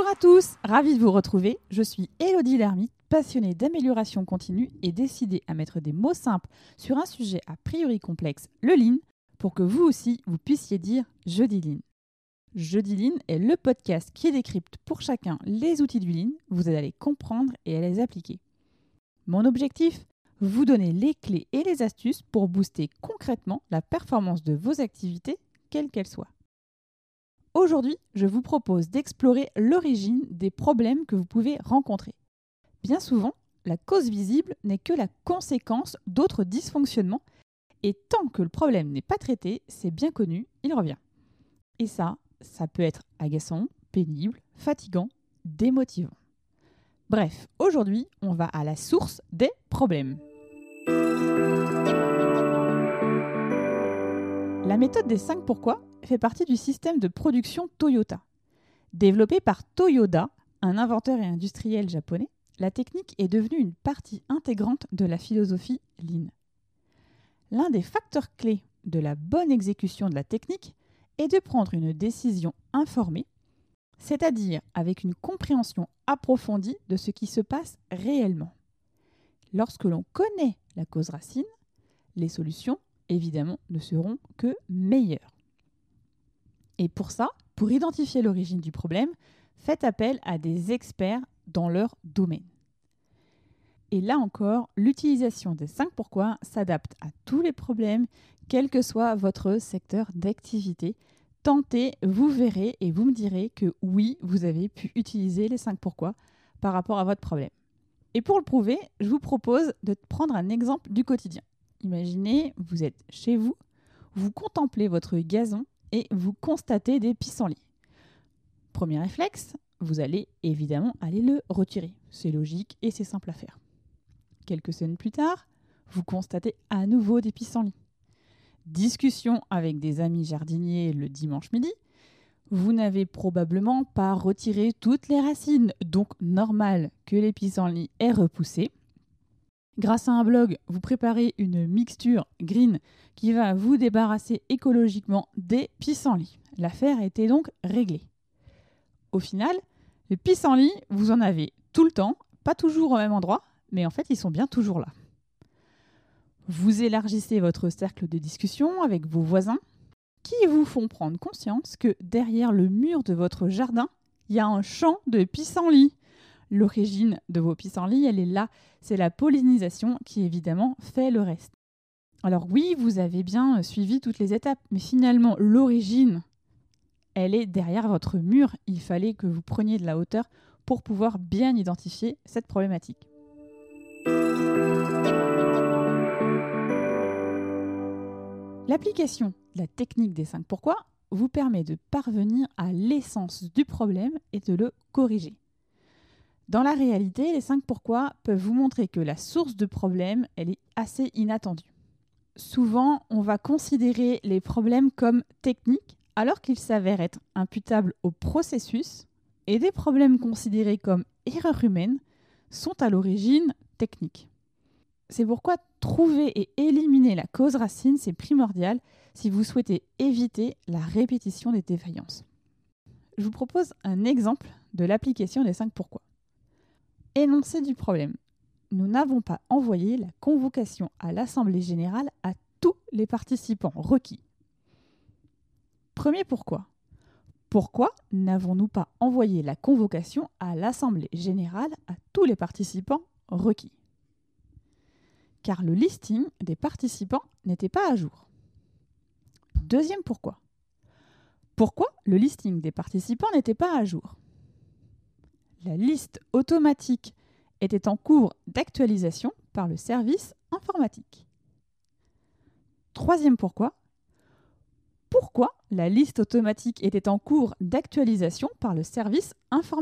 Bonjour à tous, ravie de vous retrouver. Je suis Élodie Lermite, passionnée d'amélioration continue et décidée à mettre des mots simples sur un sujet a priori complexe, le Lean, pour que vous aussi, vous puissiez dire « Je dis Lean ». Je dis Lean est le podcast qui décrypte pour chacun les outils du Lean, vous aide à les comprendre et à les appliquer. Mon objectif ? Vous donner les clés et les astuces pour booster concrètement la performance de vos activités, quelles qu'elles soient. Aujourd'hui, je vous propose d'explorer l'origine des problèmes que vous pouvez rencontrer. Bien souvent, la cause visible n'est que la conséquence d'autres dysfonctionnements et tant que le problème n'est pas traité, c'est bien connu, il revient. Et ça peut être agaçant, pénible, fatigant, démotivant. Bref, aujourd'hui, on va à la source des problèmes. La méthode des 5 pourquoi fait partie du système de production Toyota. Développée par Toyoda, un inventeur et industriel japonais, la technique est devenue une partie intégrante de la philosophie Lean. L'un des facteurs clés de la bonne exécution de la technique est de prendre une décision informée, c'est-à-dire avec une compréhension approfondie de ce qui se passe réellement. Lorsque l'on connaît la cause racine, les solutions, évidemment, ne seront que meilleures. Et pour ça, pour identifier l'origine du problème, faites appel à des experts dans leur domaine. Et là encore, l'utilisation des 5 pourquoi s'adapte à tous les problèmes, quel que soit votre secteur d'activité. Tentez, vous verrez et vous me direz que oui, vous avez pu utiliser les 5 pourquoi par rapport à votre problème. Et pour le prouver, je vous propose de prendre un exemple du quotidien. Imaginez, vous êtes chez vous, vous contemplez votre gazon et vous constatez des pissenlits. Premier réflexe, vous allez évidemment aller le retirer. C'est logique et c'est simple à faire. Quelques semaines plus tard, vous constatez à nouveau des pissenlits. Discussion avec des amis jardiniers le dimanche midi. Vous n'avez probablement pas retiré toutes les racines, donc normal que les pissenlits aient repoussé. Grâce à un blog, vous préparez une mixture green qui va vous débarrasser écologiquement des pissenlits. L'affaire était donc réglée. Au final, les pissenlits, vous en avez tout le temps, pas toujours au même endroit, mais en fait, ils sont bien toujours là. Vous élargissez votre cercle de discussion avec vos voisins qui vous font prendre conscience que derrière le mur de votre jardin, il y a un champ de pissenlits. L'origine de vos pissenlits, elle est là. C'est la pollinisation qui, évidemment, fait le reste. Alors oui, vous avez bien suivi toutes les étapes, mais finalement, l'origine, elle est derrière votre mur. Il fallait que vous preniez de la hauteur pour pouvoir bien identifier cette problématique. L'application de la technique des 5 pourquoi vous permet de parvenir à l'essence du problème et de le corriger. Dans la réalité, les 5 pourquoi peuvent vous montrer que la source de problème, elle est assez inattendue. Souvent, on va considérer les problèmes comme techniques alors qu'ils s'avèrent être imputables au processus et des problèmes considérés comme erreurs humaines sont à l'origine techniques. C'est pourquoi trouver et éliminer la cause racine, c'est primordial si vous souhaitez éviter la répétition des défaillances. Je vous propose un exemple de l'application des 5 pourquoi. Énoncé du problème. Nous n'avons pas envoyé la convocation à l'Assemblée générale à tous les participants requis. Premier pourquoi. Pourquoi n'avons-nous pas envoyé la convocation à l'Assemblée générale à tous les participants requis ? Car le listing des participants n'était pas à jour. Deuxième pourquoi. Pourquoi le listing des participants n'était pas à jour ? La liste automatique était en cours d'actualisation par le service informatique. Troisième pourquoi. Pourquoi la liste automatique était en cours d'actualisation par le service informatique ?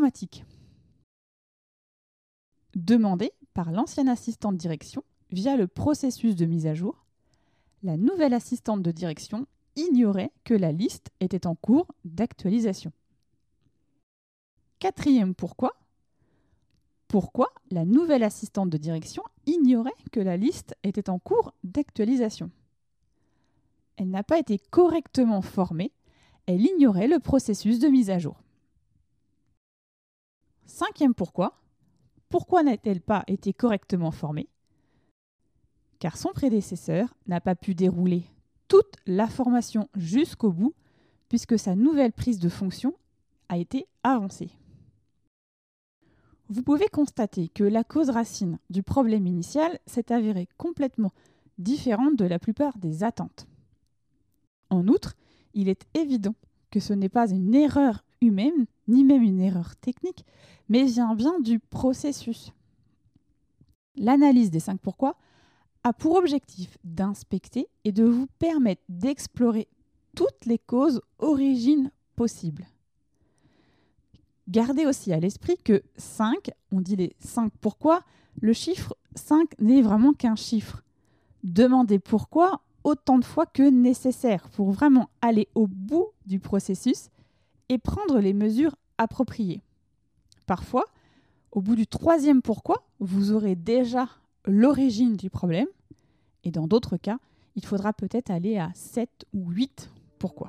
Demandé par l'ancienne assistante direction via le processus de mise à jour, la nouvelle assistante de direction ignorait que la liste était en cours d'actualisation. Quatrième pourquoi. Pourquoi la nouvelle assistante de direction ignorait que la liste était en cours d'actualisation ? Elle n'a pas été correctement formée, elle ignorait le processus de mise à jour. Cinquième pourquoi. Pourquoi n'a-t-elle pas été correctement formée? Car son prédécesseur n'a pas pu dérouler toute la formation jusqu'au bout, puisque sa nouvelle prise de fonction a été avancée. Vous pouvez constater que la cause racine du problème initial s'est avérée complètement différente de la plupart des attentes. En outre, il est évident que ce n'est pas une erreur humaine, ni même une erreur technique, mais vient bien du processus. L'analyse des 5 pourquoi a pour objectif d'inspecter et de vous permettre d'explorer toutes les causes origines possibles. Gardez aussi à l'esprit que 5, on dit les 5 pourquoi, le chiffre 5 n'est vraiment qu'un chiffre. Demandez pourquoi autant de fois que nécessaire pour vraiment aller au bout du processus et prendre les mesures appropriées. Parfois, au bout du 3e pourquoi, vous aurez déjà l'origine du problème et dans d'autres cas, il faudra peut-être aller à 7 ou 8 pourquoi.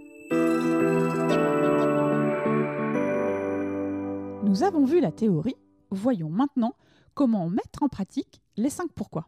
Nous avons vu la théorie, voyons maintenant comment mettre en pratique les 5 pourquoi.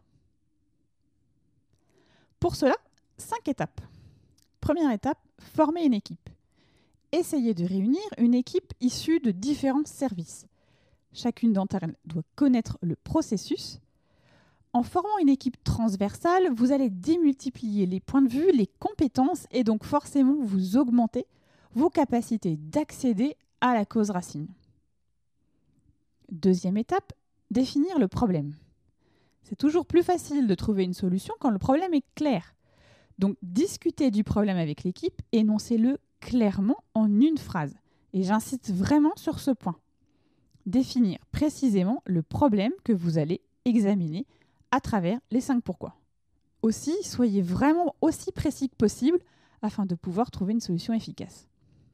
Pour cela, 5 étapes. Première étape, former une équipe. Essayez de réunir une équipe issue de différents services. Chacune d'entre elles doit connaître le processus. En formant une équipe transversale, vous allez démultiplier les points de vue, les compétences et donc forcément vous augmenter vos capacités d'accéder à la cause racine. Deuxième étape, définir le problème. C'est toujours plus facile de trouver une solution quand le problème est clair. Donc, discutez du problème avec l'équipe, énoncez-le clairement en une phrase. Et j'insiste vraiment sur ce point. Définir précisément le problème que vous allez examiner à travers les 5 pourquoi. Aussi, soyez vraiment aussi précis que possible afin de pouvoir trouver une solution efficace.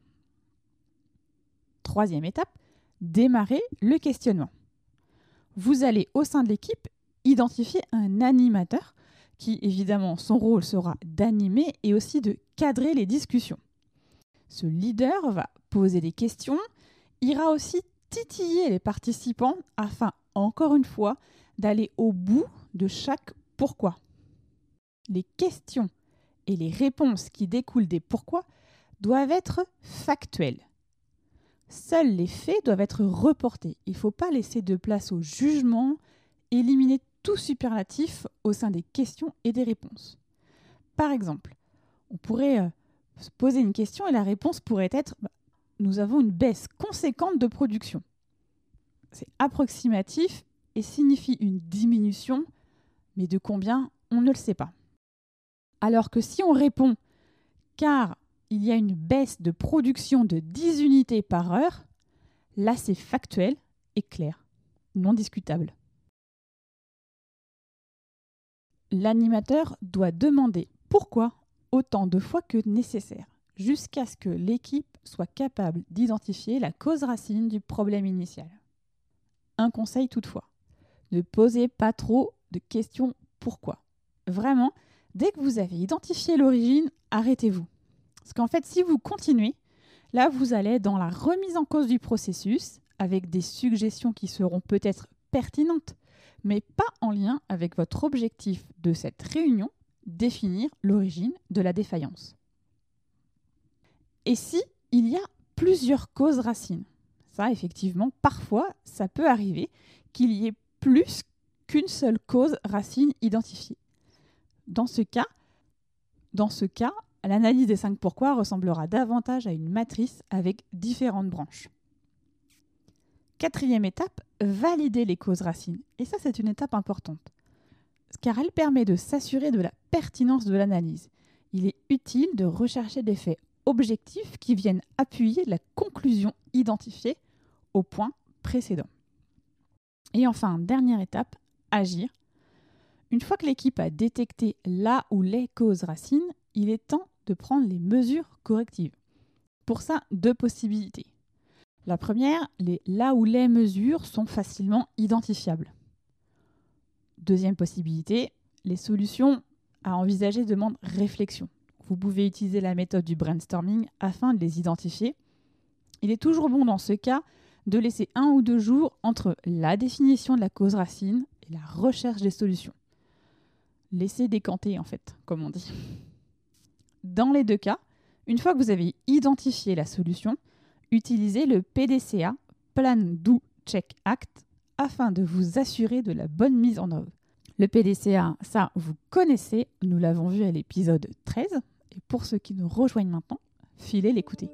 Troisième étape, démarrer le questionnement. Vous allez, au sein de l'équipe, identifier un animateur qui, évidemment, son rôle sera d'animer et aussi de cadrer les discussions. Ce leader va poser des questions, ira aussi titiller les participants afin, encore une fois, d'aller au bout de chaque pourquoi. Les questions et les réponses qui découlent des pourquoi doivent être factuelles. Seuls les faits doivent être reportés. Il ne faut pas laisser de place au jugement, éliminer tout superlatif au sein des questions et des réponses. Par exemple, on pourrait se poser une question et la réponse pourrait être « Nous avons une baisse conséquente de production ». C'est approximatif et signifie une diminution, mais de combien, on ne le sait pas. Alors que si on répond « Car il y a une baisse de production de 10 unités par heure », là c'est factuel et clair, non discutable. L'animateur doit demander pourquoi autant de fois que nécessaire, jusqu'à ce que l'équipe soit capable d'identifier la cause racine du problème initial. Un conseil toutefois, ne posez pas trop de questions pourquoi. Vraiment, dès que vous avez identifié l'origine, arrêtez-vous. Parce qu'en fait, si vous continuez, là, vous allez dans la remise en cause du processus avec des suggestions qui seront peut-être pertinentes, mais pas en lien avec votre objectif de cette réunion, définir l'origine de la défaillance. Et si il y a plusieurs causes racines? Ça, effectivement, parfois, ça peut arriver qu'il y ait plus qu'une seule cause racine identifiée. Dans ce cas, l'analyse des 5 pourquoi ressemblera davantage à une matrice avec différentes branches. Quatrième étape, valider les causes racines. Et ça, c'est une étape importante, car elle permet de s'assurer de la pertinence de l'analyse. Il est utile de rechercher des faits objectifs qui viennent appuyer la conclusion identifiée au point précédent. Et enfin, dernière étape, agir. Une fois que l'équipe a détecté la ou les causes racines, il est temps de prendre les mesures correctives. Pour ça, 2 possibilités. La première, les là ou les mesures sont facilement identifiables. Deuxième possibilité, les solutions à envisager demandent réflexion. Vous pouvez utiliser la méthode du brainstorming afin de les identifier. Il est toujours bon dans ce cas de laisser 1 ou 2 jours entre la définition de la cause racine et la recherche des solutions. Laissez décanter en fait, comme on dit. Dans les 2 cas, une fois que vous avez identifié la solution, utilisez le PDCA, Plan Do Check Act, afin de vous assurer de la bonne mise en œuvre. Le PDCA, ça vous connaissez, nous l'avons vu à l'épisode 13, et pour ceux qui nous rejoignent maintenant, filez l'écouter.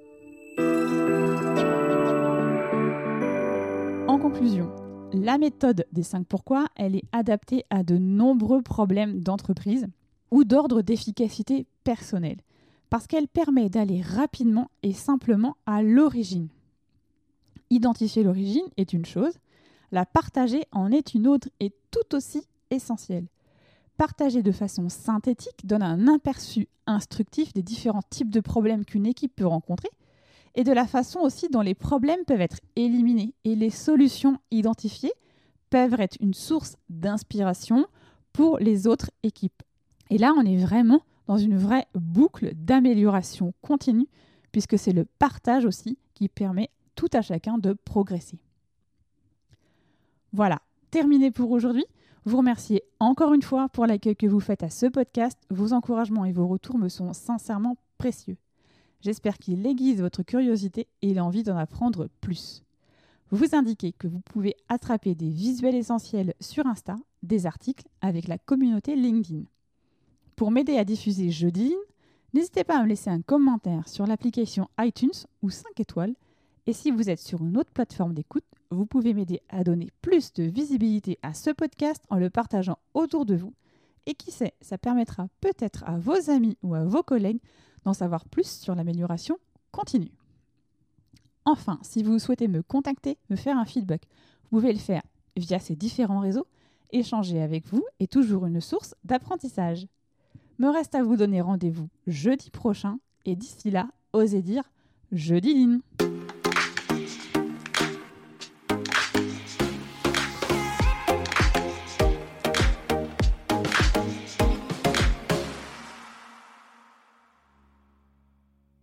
En conclusion, la méthode des 5 pourquoi, elle est adaptée à de nombreux problèmes d'entreprise ou d'ordre d'efficacité personnelle, parce qu'elle permet d'aller rapidement et simplement à l'origine. Identifier l'origine est une chose, la partager en est une autre et tout aussi essentielle. Partager de façon synthétique donne un aperçu instructif des différents types de problèmes qu'une équipe peut rencontrer et de la façon aussi dont les problèmes peuvent être éliminés et les solutions identifiées peuvent être une source d'inspiration pour les autres équipes. Et là, on est vraiment dans une vraie boucle d'amélioration continue puisque c'est le partage aussi qui permet tout à chacun de progresser. Voilà, terminé pour aujourd'hui. Vous remerciez encore une fois pour l'accueil que vous faites à ce podcast. Vos encouragements et vos retours me sont sincèrement précieux. J'espère qu'il aiguise votre curiosité et l'envie d'en apprendre plus. Vous indiquez que vous pouvez attraper des visuels essentiels sur Insta, des articles avec la communauté LinkedIn. Pour m'aider à diffuser Jeudi Lean, n'hésitez pas à me laisser un commentaire sur l'application iTunes ou 5 étoiles. Et si vous êtes sur une autre plateforme d'écoute, vous pouvez m'aider à donner plus de visibilité à ce podcast en le partageant autour de vous. Et qui sait, ça permettra peut-être à vos amis ou à vos collègues d'en savoir plus sur l'amélioration continue. Enfin, si vous souhaitez me contacter, me faire un feedback, vous pouvez le faire via ces différents réseaux. Échanger avec vous est toujours une source d'apprentissage. Me reste à vous donner rendez-vous jeudi prochain et d'ici là, osez dire Jeudi Lean.